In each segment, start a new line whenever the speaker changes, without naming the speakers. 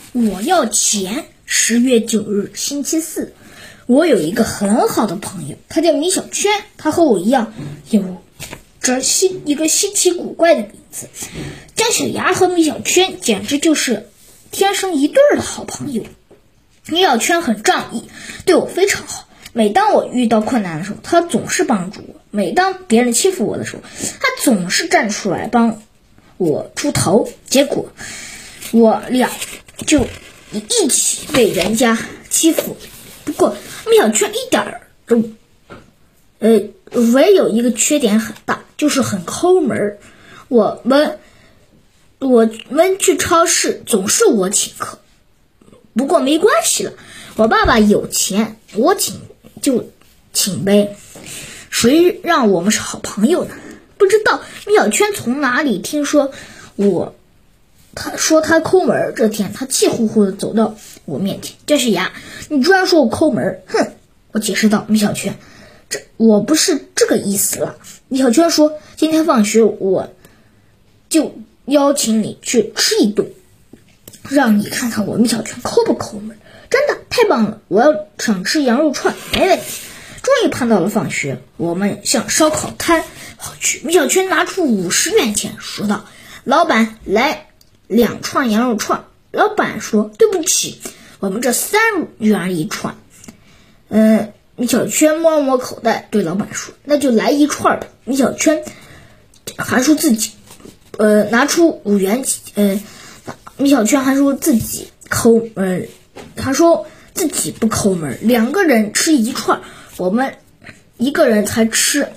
我要钱。10月9日，星期四。我有一个很好的朋友，他叫米小圈，他和我一样有着一个稀奇古怪的名字。姜小牙和米小圈简直就是天生一对的好朋友。米小圈很仗义，对我非常好。每当我遇到困难的时候，他总是帮助我；每当别人欺负我的时候，他总是站出来帮我出头。结果我俩就一起被人家欺负。不过米小圈一点儿都唯有一个缺点很大，就是很抠门。我们去超市总是我请客。不过没关系了，我爸爸有钱，我请就请呗，谁让我们是好朋友呢？不知道米小圈从哪里听说他说他抠门。这天他气呼呼地走到我面前，姜小牙，你居然说我抠门！哼！我解释道，米小圈，我不是这个意思了。米小圈说，今天放学我就邀请你去吃一顿，让你看看我米小圈抠不抠门。真的太棒了，我要想吃羊肉串，没问题。终于盼到了放学，我们向烧烤摊跑去。米小圈拿出50元钱，说道，老板，来2串羊肉串。老板说，对不起，我们这3元一串。米小圈摸了摸口袋，对老板说，那就来1串吧。米小圈还说自己拿出5元米小圈还说自己他说自己不抠门，2个人吃1串，我们1个人才吃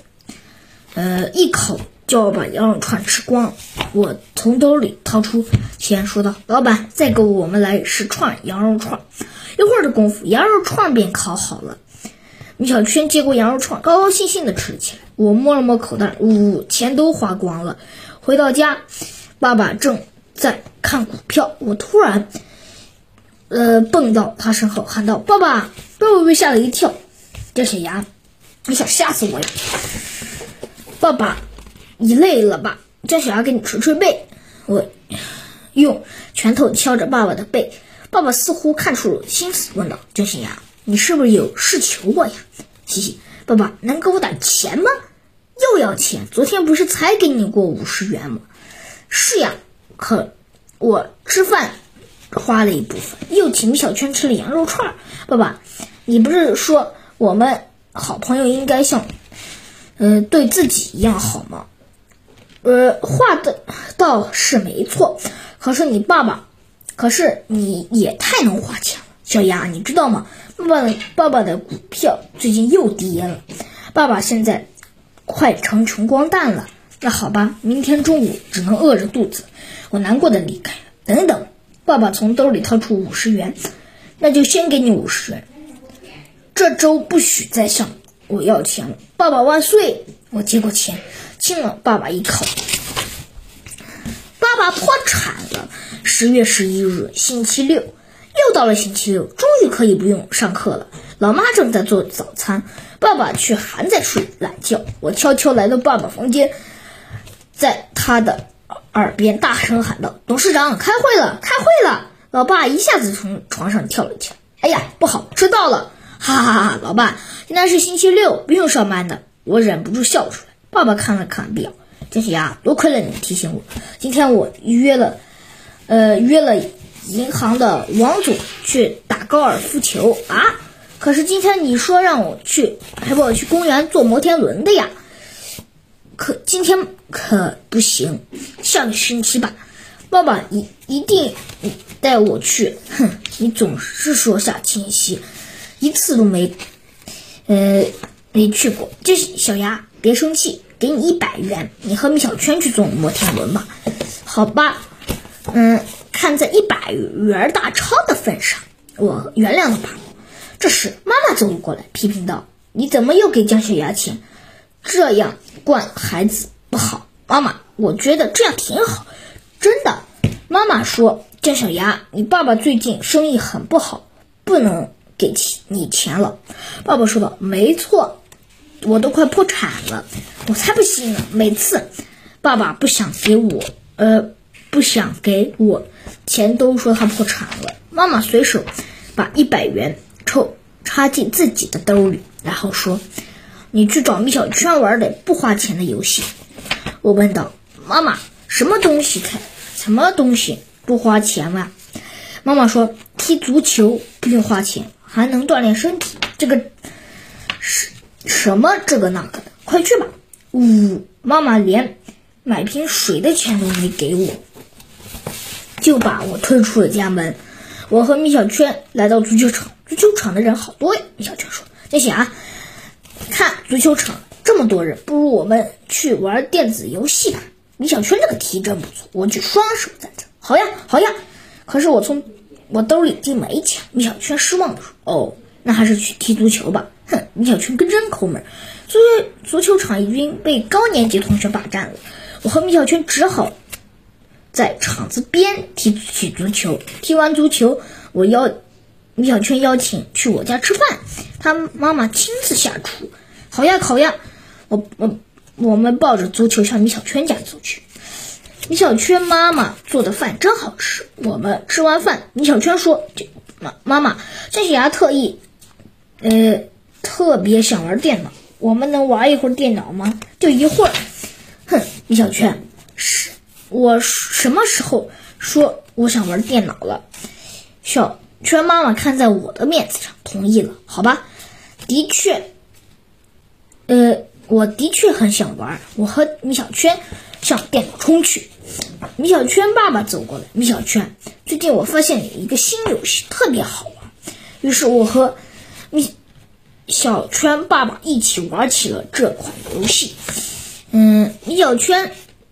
1口就要把羊肉串吃光。我从兜里掏出钱，说道，老板，再给我们来10串羊肉串。一会儿的功夫，羊肉串便烤好了。米小圈接过羊肉串，高高兴兴地吃了起来。我摸了摸口袋，钱都花光了。回到家，爸爸正在看股票，我突然蹦到他身后，喊道，爸爸！爸爸被吓了一跳。姜小牙，你想吓死我呀？爸爸，你累了吧？姜小牙给你捶捶背。我用拳头敲着爸爸的背。爸爸似乎看出了心思，问道，姜小牙，你是不是有事求我呀？嘻嘻，爸爸，能给我点钱吗？又要钱？昨天不是才给你过50元吗？是呀，可我吃饭花了一部分，又请米小圈吃了羊肉串。爸爸，你不是说我们好朋友应该像对自己一样好吗？话的倒是没错，可是你也太能花钱了。小牙，你知道吗？爸爸的股票最近又跌了，爸爸现在快成穷光蛋了。那好吧，明天中午只能饿着肚子。我难过的离开。等等，爸爸从兜里掏出50元，那就先给你50元。这周不许再向我要钱了。爸爸万岁！我接过钱，亲了爸爸一口。爸爸破产了。10月11日，星期六。又到了星期六，终于可以不用上课了。老妈正在做早餐，爸爸却还在睡懒觉。我悄悄来到爸爸房间，在他的耳边大声喊道，董事长，开会了，开会了！老爸一下子从床上跳了起来。哎呀，不好，迟到了！哈哈哈！老爸，现在是星期六，不用上班的。我忍不住笑出来。爸爸看了看表，姜小牙，多亏了你提醒我，今天我约了银行的王总去打高尔夫球啊！可是今天你说让我去，还把我去公园坐摩天轮的呀。可今天可不行，下个星期吧。爸爸一定带我去。哼，你总是说下星期，一次都没去过。这小牙，别生气，给你100元，你和米小圈去坐摩天轮吧。好吧，看在100元大钞的份上，我原谅了爸爸。这时妈妈走了过来，批评道，你怎么又给姜小牙钱？这样惯孩子不好。妈妈，我觉得这样挺好，真的。妈妈说，姜小牙，你爸爸最近生意很不好，不能给你钱了。爸爸说道，没错，我都快破产了。我才不信呢，每次爸爸不想给我不想给我钱，都说他破产了。妈妈随手把100元插进自己的兜里，然后说：“你去找米小圈玩点不花钱的游戏。”我问道：“妈妈，什么东西不花钱嘛？”妈妈说：“踢足球不用花钱，还能锻炼身体。这个什么这个那个的，快去吧。”妈妈连买瓶水的钱都没给我，就把我推出了家门。我和米小圈来到足球场，足球场的人好多呀。米小圈说：“这些啊，看足球场这么多人，不如我们去玩电子游戏吧。”米小圈这个提议真不错，我举双手赞成。好呀，好呀。可是我从我兜里已经没钱。米小圈失望地说：“哦，那还是去踢足球吧。”哼，米小圈真抠门。足球场已经被高年级同学霸占了，我和米小圈只好在场子边踢起足球。踢完足球，米小圈邀请去我家吃饭，他妈妈亲自下厨。好呀，好呀。我们抱着足球向米小圈家走去。米小圈妈妈做的饭真好吃。我们吃完饭，米小圈说：“妈妈，姜雪牙特别想玩电脑，我们能玩一会儿电脑吗？就一会儿。”哼，米小圈，我什么时候说我想玩电脑了？小圈妈妈看在我的面子上同意了。好吧，我的确很想玩。我和米小圈向电脑冲去。米小圈爸爸走过来：“米小圈，最近我发现有一个新游戏特别好玩。”于是我和米小圈爸爸一起玩起了这款游戏。米小圈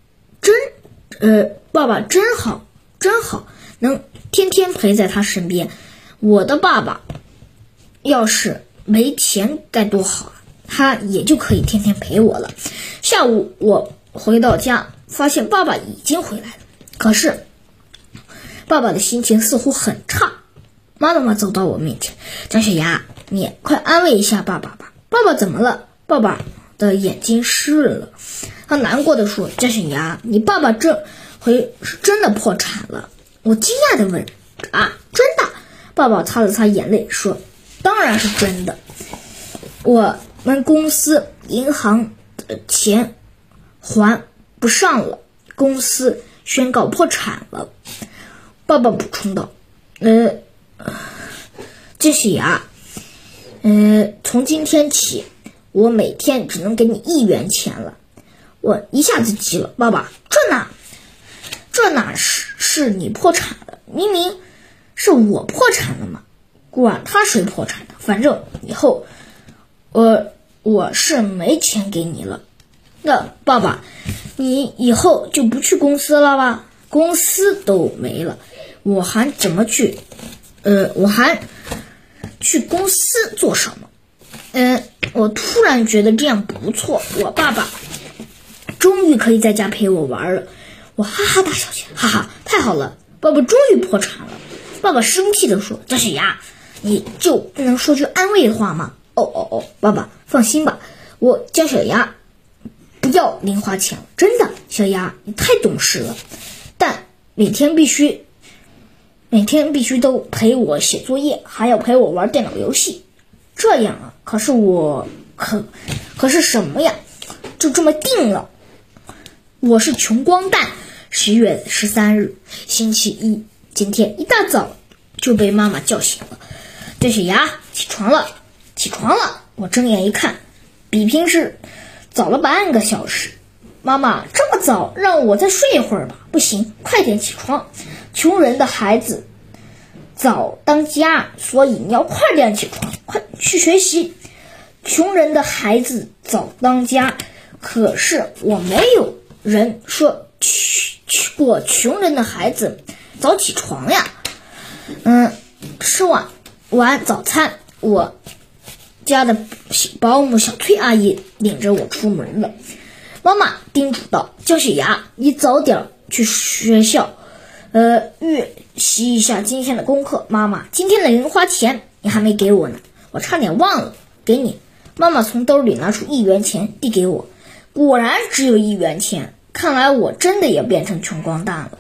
爸爸真好，能天天陪在他身边。我的爸爸要是没钱该多好啊，他也就可以天天陪我了。下午我回到家，发现爸爸已经回来了，可是爸爸的心情似乎很差。妈妈走到我面前：“姜雪牙，你快安慰一下爸爸吧。”“爸爸怎么了？”爸爸的眼睛湿了，他难过的说：“姜雪牙，你爸爸这回是真的破产了。”我惊讶的问：“啊，真的？”爸爸擦了擦眼泪说：“当然是真的。我们公司银行的钱还不上了，公司宣告破产了。”爸爸补充道：“姜雪牙，从今天起，我每天只能给你1元钱了。”我一下子急了：“爸爸，这哪是你破产了？明明是我破产了嘛！管他谁破产的，反正以后我是没钱给你了。那爸爸，你以后就不去公司了吧？公司都没了，我还去公司做什么？”我突然觉得这样不错，我爸爸终于可以在家陪我玩了。我哈哈大笑起来：“哈哈，太好了，爸爸终于破产了。”爸爸生气地说：“姜雪牙，你就不能说句安慰的话吗？”“哦，爸爸放心吧，我姜雪牙不要零花钱了，真的。小牙，你太懂事了，但每天必须都陪我写作业，还要陪我玩电脑游戏。这样啊，可是什么呀？就这么定了。我是穷光蛋。10月13日，星期一，今天一大早就被妈妈叫醒了。姜雪牙，起床了！我睁眼一看，比平时早了半个小时。妈妈，这么早，让我再睡一会儿吧。不行，快点起床。穷人的孩子早当家，所以你要快点起床，快去学习。穷人的孩子早当家，可是我没有人说过穷人的孩子早起床呀。吃完早餐，我家的保姆小崔阿姨领着我出门了。妈妈叮嘱道：“姜雪牙，你早点去学校，预习一下今天的功课。”“妈妈，今天的零花钱你还没给我呢，我差点忘了给你。”妈妈从兜里拿出1元钱递给我，果然只有1元钱，看来我真的也变成穷光蛋了。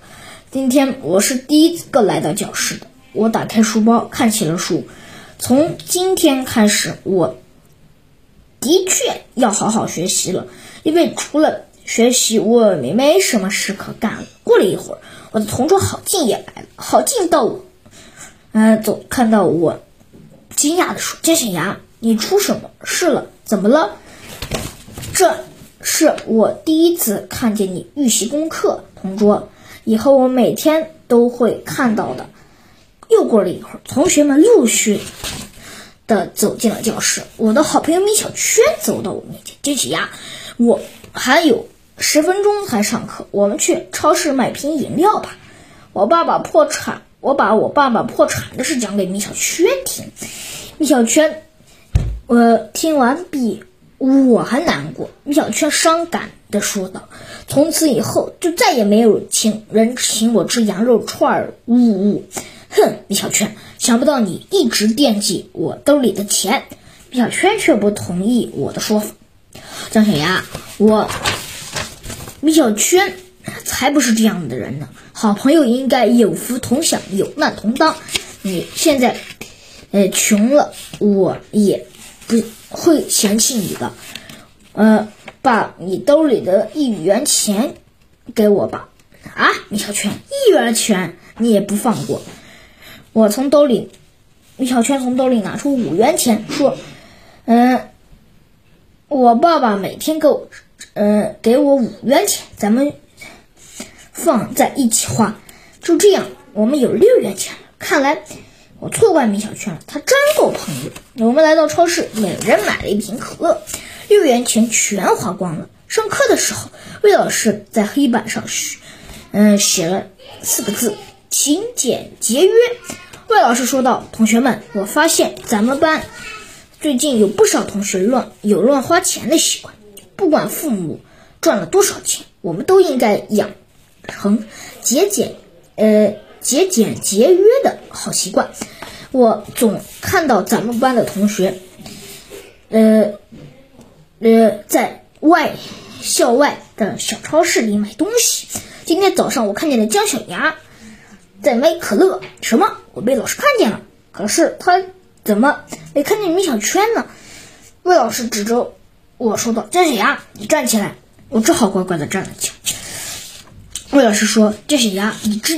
今天我是第一个来到教室的。我打开书包，看起了书。从今天开始，我的确要好好学习了，因为除了学习，我也没什么事可干了。过了一会儿，我的同桌郝静也来了。郝静到我，看到我，惊讶地说：“姜小牙，你出什么事了？怎么了？”这是我第一次看见你预习功课，同桌。以后我每天都会看到的。又过了一会儿，同学们陆续的走进了教室。我的好朋友米小圈走到我面前：“姜小牙，我还有10分钟才上课，我们去超市买瓶饮料吧。”我把我爸爸破产的事讲给米小圈听。米小圈，听完毕，我还难过。米小圈伤感地说道：“从此以后就再也没有人请我吃羊肉串。”哼，米小圈，想不到你一直惦记我兜里的钱。米小圈却不同意我的说法。姜小牙，米小圈才不是这样的人呢。好朋友应该有福同享，有难同当。你现在穷了，我也不会嫌弃你的。把你兜里的1元钱给我吧。啊，米小圈，1元钱你也不放过。米小圈从兜里拿出5元钱，说：“我爸爸每天给我5元钱，咱们放在一起花，就这样我们有6元钱了。”看来我错怪米小圈了，他真够朋友。我们来到超市，每人买了一瓶可乐，6元钱全花光了。上课的时候，魏老师在黑板上写了4个字：勤俭节约。魏老师说道：“同学们，我发现咱们班最近有不少同学有乱花钱的习惯。不管父母赚了多少钱，我们都应该养成节俭节约的好习惯。我总看到咱们班的同学在校外的小超市里买东西。今天早上我看见了姜小牙在买可乐。什么？我被老师看见了，可是他怎么没看见米小圈呢？”魏老师指着我说道：“姜小牙，你站起来。”我只好乖乖地站了起来。魏老师说：“姜小牙，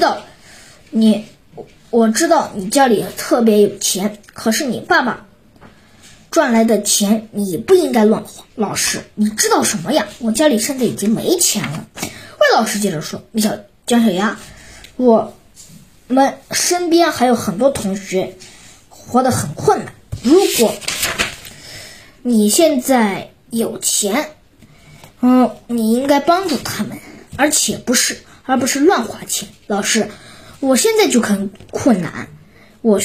我知道你家里特别有钱，可是你爸爸赚来的钱你不应该乱花。老师，你知道什么呀？我家里现在已经没钱了。”魏老师接着说：“姜小牙，我们身边还有很多同学活得很困难。如果你现在有钱，你应该帮助他们，而不是乱花钱。老师，我现在就很困难，我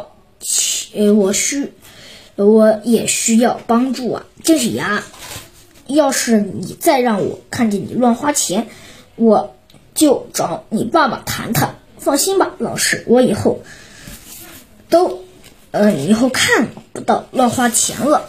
也需要帮助啊。姜小牙，要是你再让我看见你乱花钱，我就找你爸爸谈谈。放心吧，老师，我以后看不到乱花钱了。”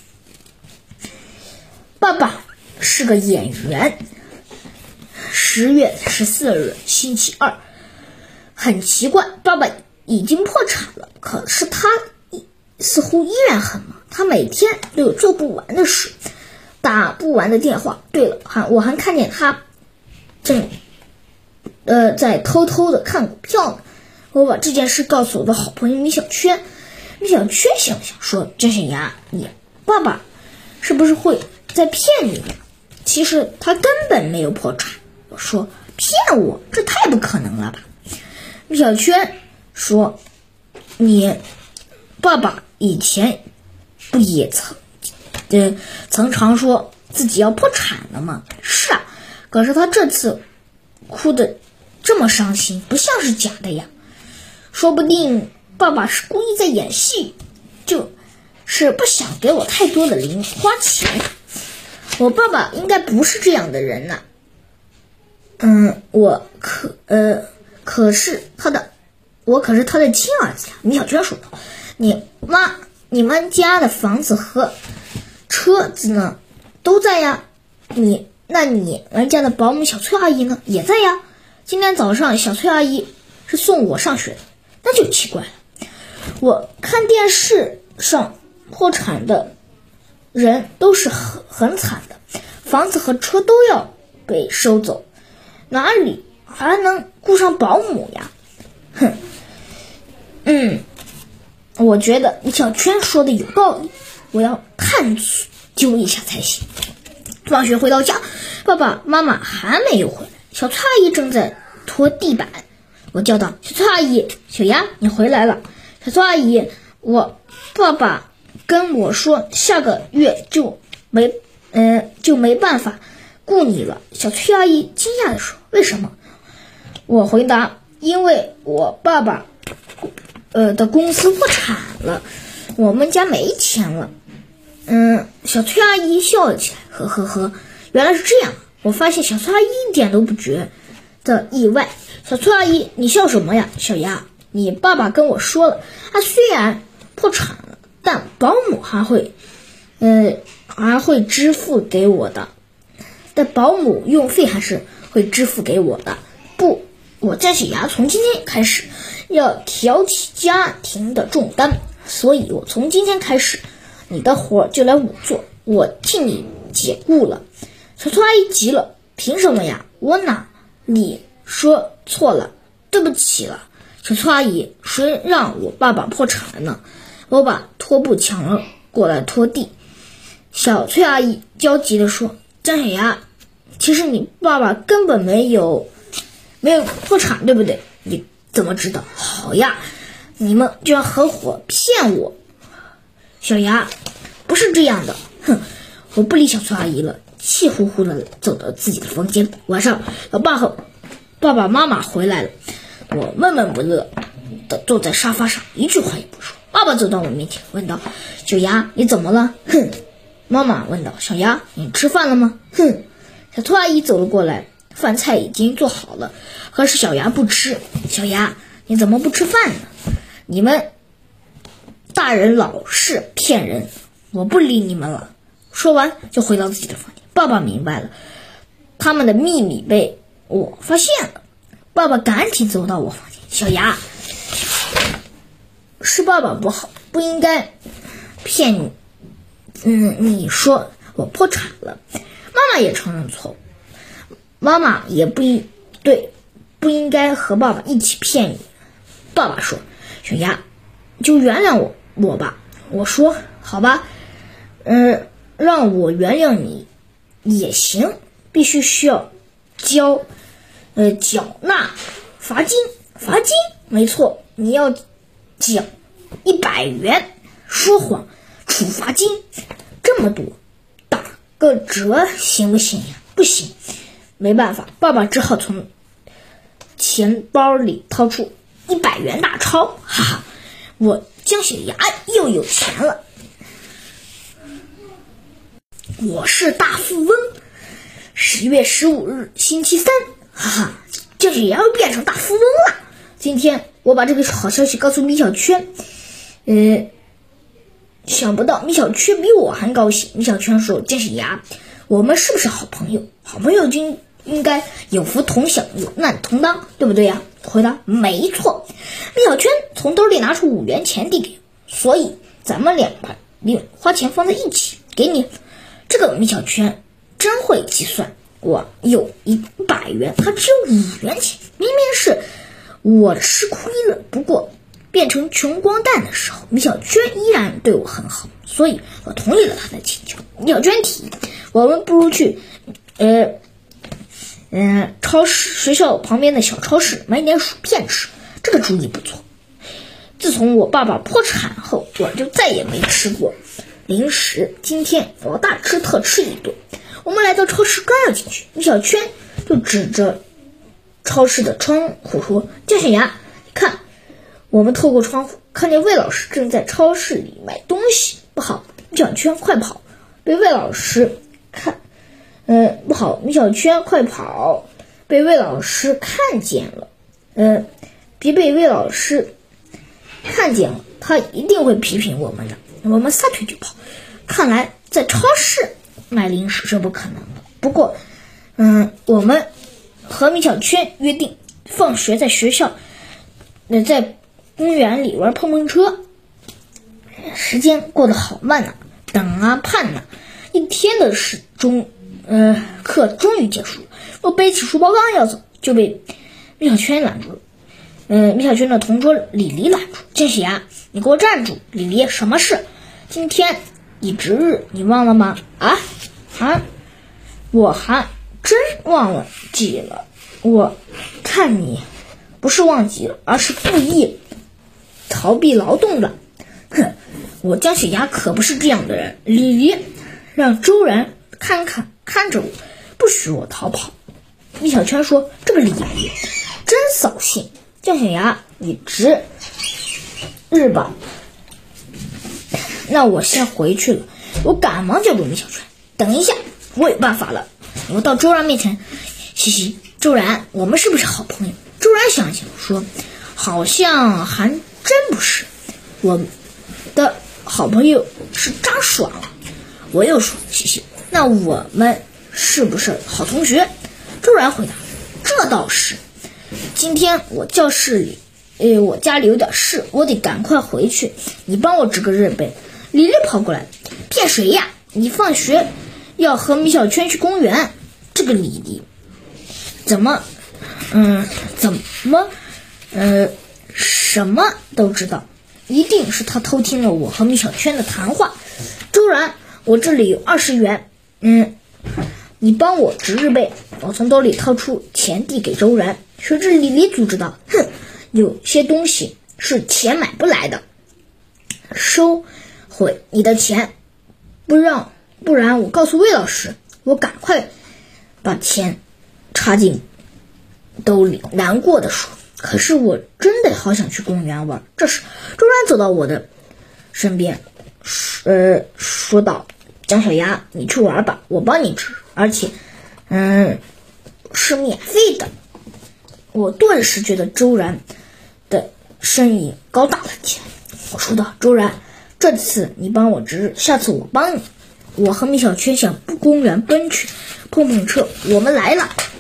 爸爸是个演员。10月14日，星期二。很奇怪，爸爸已经破产了，可是他似乎依然很忙，他每天都有做不完的事，打不完的电话。对了，我还看见他正在偷偷的看股票呢。我把这件事告诉我的好朋友米小圈。米小圈想想说：“姜小牙，你爸爸是不是会在骗你呢？其实他根本没有破产。”我说：“骗我？这太不可能了吧？”米小圈说：“你爸爸以前不也曾常说自己要破产了吗？”“是啊，可是他这次哭得这么伤心，不像是假的呀。说不定爸爸是故意在演戏，就是不想给我太多的零花钱。我爸爸应该不是这样的人呐。可是他的亲儿子呀。”米小圈说道：“你们家的房子和车子呢？都在呀。那你们家的保姆小翠阿姨呢？也在呀。 今天早上小崔阿姨是送我上学的，那就奇怪了。我看电视上破产的人都是很惨的，房子和车都要被收走，哪里还能雇上保姆呀？我觉得米小圈说的有道理，我要探究一下才行。放学回到家，爸爸妈妈还没有回来，小崔阿姨正在拖地板。我叫道：“小崔阿姨，小丫，你回来了。”小崔阿姨，我爸爸跟我说下个月就没办法雇你了。小崔阿姨惊讶地说：“为什么？”我回答：“因为我爸爸的公司破产了，我们家没钱了。”小崔阿姨笑了起来，呵呵呵，原来是这样。我发现小崔阿姨一点都不觉得意外。小崔阿姨，你笑什么呀？小丫，你爸爸跟我说了，他虽然破产了，但保姆还会支付给我的，但保姆用费还是会支付给我的。不，我姜小牙从今天开始要挑起家庭的重担，所以我从今天开始，你的活就来我做，我替你解雇了。小崔阿姨急了，凭什么呀？我哪里说错了？对不起了。小崔阿姨，谁让我爸爸破产了呢？我把拖布抢了过来拖地。小崔阿姨焦急地说：“姜小牙，其实你爸爸根本没有破产，对不对？你怎么知道？好呀，你们就要合伙骗我。”小牙，不是这样的。我不理小崔阿姨了，气呼呼地走到自己的房间。晚上，老爸和爸爸妈妈回来了，我闷闷不乐地坐在沙发上，一句话也不说。爸爸走到我面前问道：“小牙，你怎么了？”妈妈问道：“小牙，你吃饭了吗？”小崔阿姨走了过来，饭菜已经做好了，可是小牙不吃。小牙，你怎么不吃饭呢？你们大人老是骗人，我不理你们了。说完就回到自己的房间。爸爸明白了，他们的秘密被我发现了。爸爸赶紧走到我房间：“小牙，是爸爸不好，不应该骗你。你说我破产了。”妈妈也承认错误，妈妈也不应该和爸爸一起骗你。爸爸说：“小牙，就原谅我吧。”我说：“好吧，让我原谅你也行，必须需要缴纳罚金。罚金，没错，你要缴100元。说谎，处罚金，这么多，打个折行不行呀？不行，没办法，爸爸只好从钱包里掏出100元大钞。哈哈，我姜小牙又有钱了，我是大富翁。10月15日星期三，哈哈，姜小牙又变成大富翁了。今天我把这个好消息告诉米小圈，想不到米小圈比我还高兴。米小圈说：“姜小牙，我们是不是好朋友？好朋友就应该有福同享，有难同当，对不对呀？”回答：“没错。”米小圈从兜里拿出5元钱递给我，所以咱们俩把花钱放在一起，给你。这个米小圈真会计算，我有100元，他只有1元钱，明明是我吃亏了。不过变成穷光蛋的时候，米小圈依然对我很好，所以我同意了他的请求。米小圈提议，我们不如去超市，学校旁边的小超市买点薯片吃，这个主意不错。自从我爸爸破产后，我就再也没吃过零食，今天我要大吃特吃一顿。我们来到超市，刚要进去，米小圈就指着超市的窗户说：“姜小牙，你看，我们透过窗户看见魏老师正在超市里买东西，不好，米小圈快跑！”被魏老师不好，米小圈快跑！被魏老师看见了，别被魏老师看见了，他一定会批评我们的。我们撒腿就跑，看来在超市买零食是不可能的。不过，我们和米小圈约定放学在学校，在公园里玩碰碰车。时间过得好慢啊，等啊盼啊，一天的课终于结束。我背起书包刚要走，就被米小圈拦住了。米小圈的同桌李黎拦住：“姜雪芽，你给我站住！”“李黎，什么事？今天已值日，你忘了吗？”“我还真忘记了。我看你不是忘记了，而是故意逃避劳动了。”“哼，我姜雪芽可不是这样的人。”李黎让周然看着我，不许我逃跑。米小圈说：“这个李黎真扫兴。姜雪芽，你值日吧。”那我先回去了。我赶忙叫住米小圈：“等一下，我有办法了。”我到周然面前：“嘻嘻，周然，我们是不是好朋友？”周然想想说：“好像还真不是。我的好朋友是张爽。”我又说：“嘻嘻，那我们是不是好同学？”周然回答：“这倒是。今天我教室里，我家里有点事，我得赶快回去，你帮我值个日呗。”李黎跑过来：“骗谁呀？你放学要和米小圈去公园。”这个李黎什么都知道，一定是他偷听了我和米小圈的谈话。周然，我这里有20元，你帮我值日呗。我从兜里掏出钱递给周然，谁知李黎组织道：“哼，有些东西是钱买不来的，收回你的钱，不然我告诉魏老师。”我赶快把钱插进兜里，难过的说：“可是我真的好想去公园玩。”这时周然走到我的身边，说道：“姜小芽，你去玩吧，我帮你值，而且是免费的。”我顿时觉得周然的身影高大了起来。我说道：“周然，这次你帮我值日，下次我帮你。”我和米小圈向公园奔去，碰碰车，我们来了。